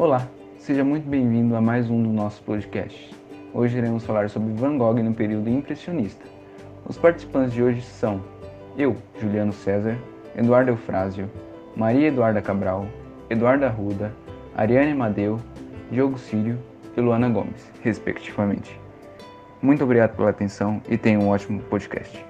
Olá, seja muito bem-vindo a mais um dos nossos podcasts. Hoje iremos falar sobre Van Gogh no período impressionista. Os participantes de hoje são eu, Juliano César, Eduardo Eufrásio, Maria Eduarda Cabral, Eduardo Arruda, Ariane Amadeu, Diogo Círio e Luana Gomes, respectivamente. Muito obrigado pela atenção e tenha um ótimo podcast.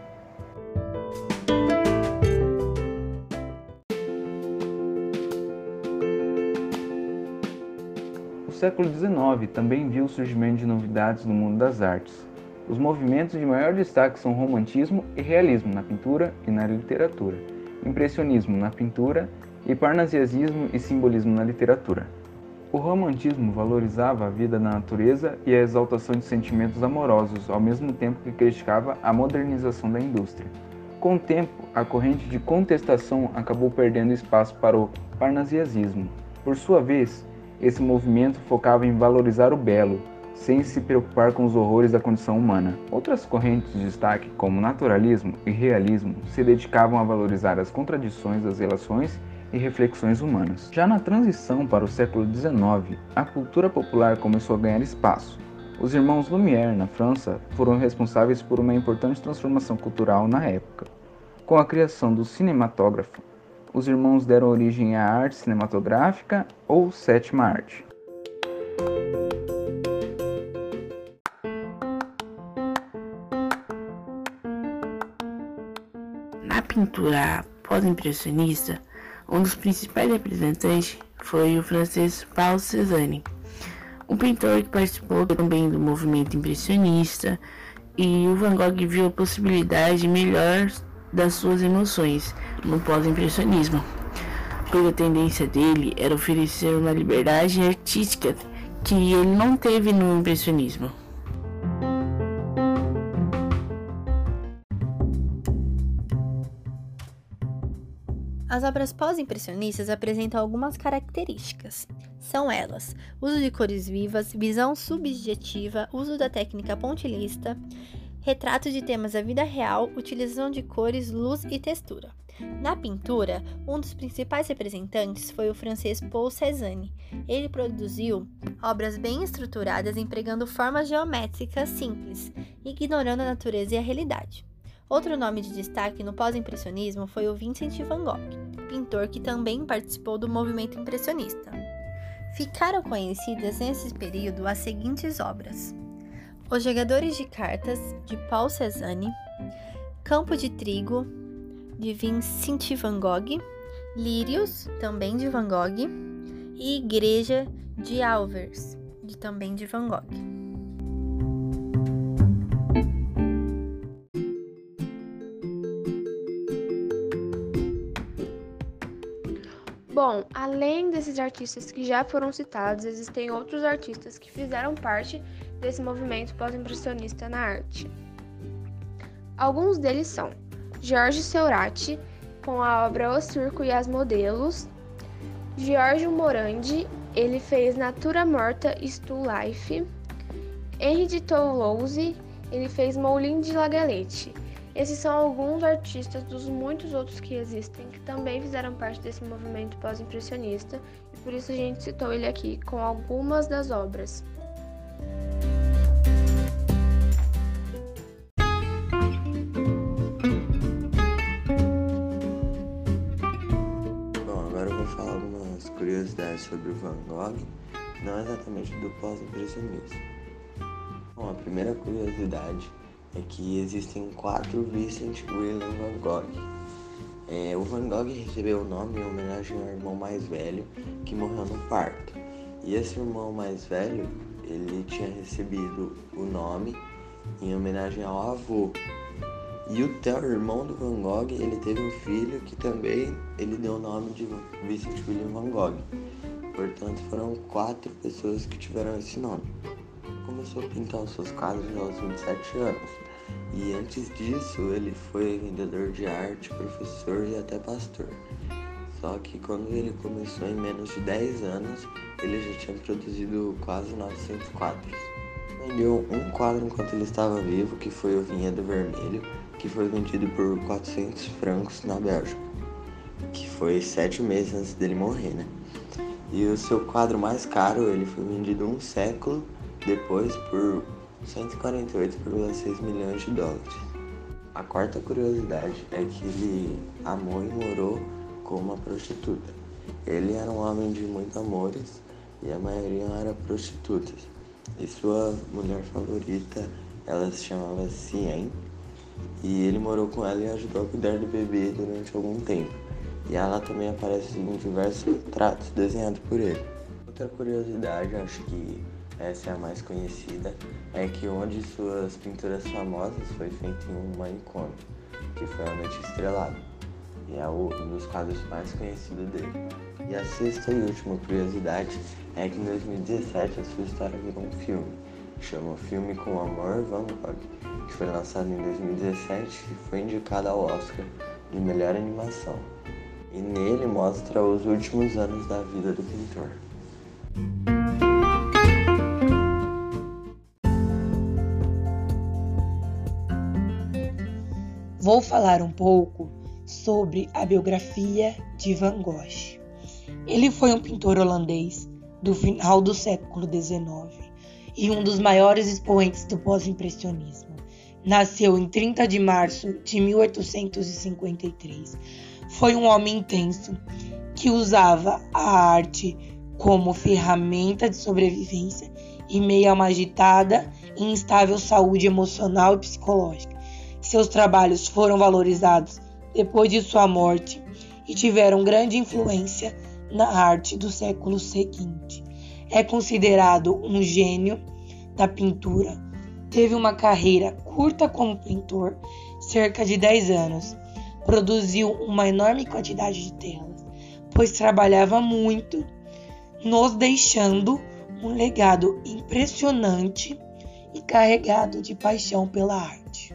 O século XIX também viu o surgimento de novidades no mundo das artes. Os movimentos de maior destaque são romantismo e realismo na pintura e na literatura, impressionismo na pintura e parnasianismo e simbolismo na literatura. O romantismo valorizava a vida da natureza e a exaltação de sentimentos amorosos, ao mesmo tempo que criticava a modernização da indústria. Com o tempo, a corrente de contestação acabou perdendo espaço para o parnasianismo. Por sua vez, esse movimento focava em valorizar o belo, sem se preocupar com os horrores da condição humana. Outras correntes de destaque, como naturalismo e realismo, se dedicavam a valorizar as contradições das relações e reflexões humanas. Já na transição para o século XIX, a cultura popular começou a ganhar espaço. Os irmãos Lumière, na França, foram responsáveis por uma importante transformação cultural na época. Com a criação do cinematógrafo, os irmãos deram origem à arte cinematográfica ou sétima arte. Na pintura pós-impressionista, um dos principais representantes foi o francês Paul Cézanne, um pintor que participou também do movimento impressionista, e o Van Gogh viu a possibilidade melhor das suas emoções no pós-impressionismo, pois a tendência dele era oferecer uma liberdade artística que ele não teve no impressionismo. As obras pós-impressionistas apresentam algumas características. São elas: uso de cores vivas, visão subjetiva, uso da técnica pontilhista, retrato de temas da vida real, utilização de cores, luz e textura. Na pintura, um dos principais representantes foi o francês Paul Cézanne. Ele produziu obras bem estruturadas empregando formas geométricas simples, ignorando a natureza e a realidade. Outro nome de destaque no pós-impressionismo foi o Vincent van Gogh, pintor que também participou do movimento impressionista. Ficaram conhecidas nesse período as seguintes obras: Os Jogadores de Cartas, de Paul Cézanne, Campo de Trigo, de Vincent van Gogh, Lírios, também de Van Gogh, e Igreja de Alvers, também de Van Gogh. Bom, além desses artistas que já foram citados, existem outros artistas que fizeram parte desse movimento pós-impressionista na arte. Alguns deles são Georges Seurat, com a obra O Circo e as Modelos, Giorgio Morandi, ele fez Natura Morta Still Life, Henri de Toulouse, ele fez Moulin de la Galette. Esses são alguns artistas dos muitos outros que existem, que também fizeram parte desse movimento pós-impressionista, e por isso a gente citou ele aqui com algumas das obras. Bom, agora eu vou falar algumas curiosidades sobre o Van Gogh, não exatamente do pós-impressionismo. Bom, a primeira curiosidade é que existem 4 Vincent William Van Gogh. O Van Gogh recebeu o nome em homenagem ao irmão mais velho que morreu no parto. E esse irmão mais velho, ele tinha recebido o nome em homenagem ao avô. E o irmão do Van Gogh, ele teve um filho que também ele deu o nome de Vincent William Van Gogh. Portanto, foram 4 pessoas que tiveram esse nome. Começou a pintar os seus quadros aos 27 anos, e antes disso ele foi vendedor de arte, professor e até pastor. Só que quando ele começou, em menos de 10 anos, ele já tinha produzido quase 900 quadros. Vendeu um quadro enquanto ele estava vivo, que foi o Vinhedo Vermelho, que foi vendido por 400 francos na Bélgica, que foi 7 meses antes dele morrer, né? E o seu quadro mais caro, ele foi vendido um século depois por 148,6 milhões de dólares. A quarta curiosidade é que ele amou e morou com uma prostituta. Ele era um homem de muitos amores e a maioria era prostitutas. E sua mulher favorita, ela se chamava Cien, e ele morou com ela e ajudou a cuidar do bebê durante algum tempo. E ela também aparece em diversos retratos desenhados por ele. Outra curiosidade, acho que essa é a mais conhecida, é que uma de suas pinturas famosas foi feita em um manicômio, que foi A Noite Estrelada, e é um dos quadros mais conhecidos dele. E a sexta e última curiosidade é que em 2017 a sua história virou um filme, chama Filme com Amor, Van Gogh, que foi lançado em 2017 e foi indicado ao Oscar de melhor animação. E nele mostra os últimos anos da vida do pintor. Vou falar um pouco sobre a biografia de Van Gogh. Ele foi um pintor holandês do final do século XIX e um dos maiores expoentes do pós-impressionismo. Nasceu em 30 de março de 1853. Foi um homem intenso que usava a arte como ferramenta de sobrevivência em meio a uma agitada e instável saúde emocional e psicológica. Seus trabalhos foram valorizados depois de sua morte e tiveram grande influência na arte do século seguinte. É considerado um gênio da pintura. Teve uma carreira curta como pintor, cerca de 10 anos. Produziu uma enorme quantidade de telas, pois trabalhava muito, nos deixando um legado impressionante e carregado de paixão pela arte.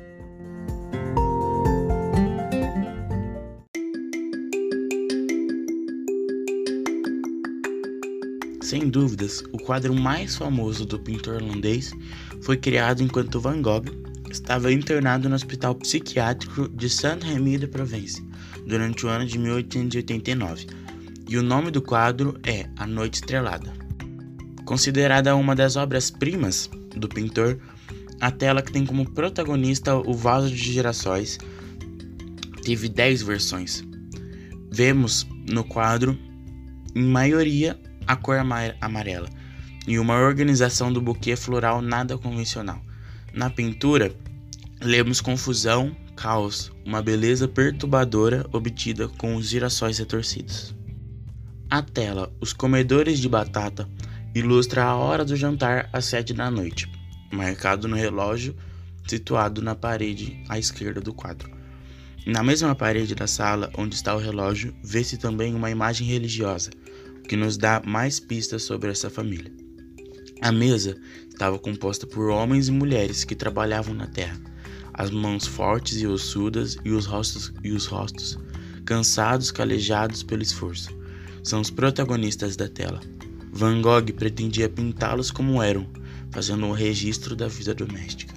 Sem dúvidas, o quadro mais famoso do pintor holandês foi criado enquanto Van Gogh estava internado no Hospital Psiquiátrico de Saint-Rémy-de-Provence durante o ano de 1889, e o nome do quadro é A Noite Estrelada. Considerada uma das obras-primas do pintor, a tela que tem como protagonista o vaso de girassóis teve 10 versões. Vemos no quadro, em maioria, a cor amarela e uma organização do buquê floral nada convencional. Na pintura, lemos confusão, caos, uma beleza perturbadora obtida com os girassóis retorcidos. A tela Os Comedores de Batata ilustra a hora do jantar às 7 da noite, marcado no relógio situado na parede à esquerda do quadro. Na mesma parede da sala onde está o relógio, vê-se também uma imagem religiosa, que nos dá mais pistas sobre essa família. A mesa estava composta por homens e mulheres que trabalhavam na terra, as mãos fortes e ossudas e os rostos cansados, calejados pelo esforço. São os protagonistas da tela. Van Gogh pretendia pintá-los como eram, fazendo um registro da vida doméstica.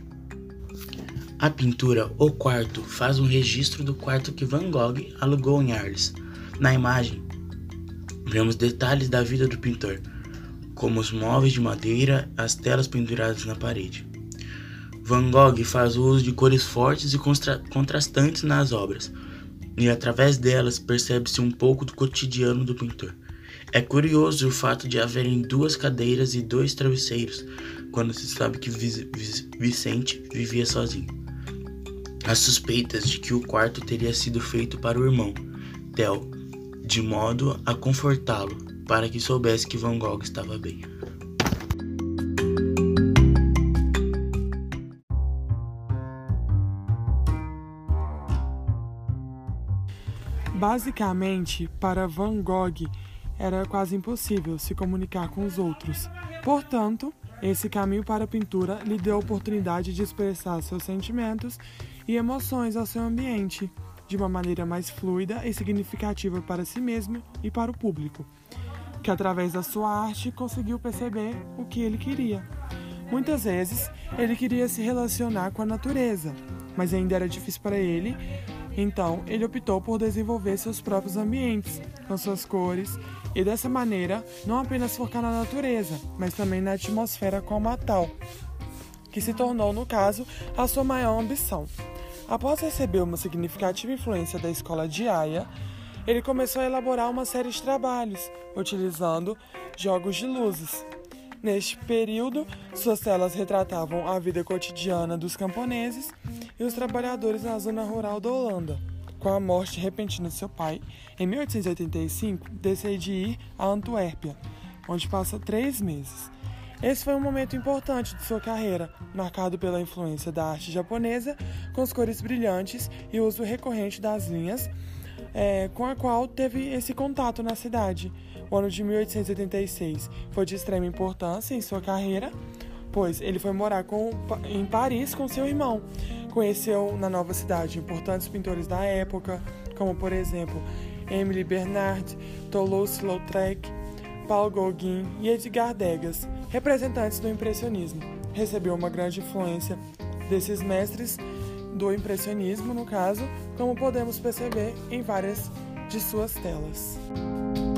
A pintura O Quarto faz um registro do quarto que Van Gogh alugou em Arles. Na imagem, vemos detalhes da vida do pintor, como os móveis de madeira, as telas penduradas na parede. Van Gogh faz uso de cores fortes e contrastantes nas obras, e através delas percebe-se um pouco do cotidiano do pintor. É curioso o fato de haverem 2 cadeiras e 2 travesseiros, quando se sabe que Vicente vivia sozinho. Há suspeitas de que o quarto teria sido feito para o irmão, Theo, de modo a confortá-lo, para que soubesse que Van Gogh estava bem. Basicamente, para Van Gogh, era quase impossível se comunicar com os outros. Portanto, esse caminho para a pintura lhe deu a oportunidade de expressar seus sentimentos e emoções ao seu ambiente, de uma maneira mais fluida e significativa para si mesmo e para o público, que através da sua arte conseguiu perceber o que ele queria. Muitas vezes, ele queria se relacionar com a natureza, mas ainda era difícil para ele Então, ele optou por desenvolver seus próprios ambientes, com suas cores, e dessa maneira, não apenas focar na natureza, mas também na atmosfera como a tal, que se tornou, no caso, a sua maior ambição. Após receber uma significativa influência da escola de Haia, ele começou a elaborar uma série de trabalhos, utilizando jogos de luzes. Neste período, suas telas retratavam a vida cotidiana dos camponeses e os trabalhadores na zona rural da Holanda. Com a morte repentina de seu pai, em 1885, decide ir a Antuérpia, onde passa 3 meses. Esse foi um momento importante de sua carreira, marcado pela influência da arte japonesa, com as cores brilhantes e o uso recorrente das linhas, com a qual teve esse contato na cidade. O ano de 1886 foi de extrema importância em sua carreira, pois ele foi morar em Paris com seu irmão. Conheceu na nova cidade importantes pintores da época, como por exemplo Émile Bernard, Toulouse-Lautrec, Paul Gauguin e Edgar Degas, representantes do impressionismo. Recebeu uma grande influência desses mestres do impressionismo, no caso, como podemos perceber em várias de suas telas.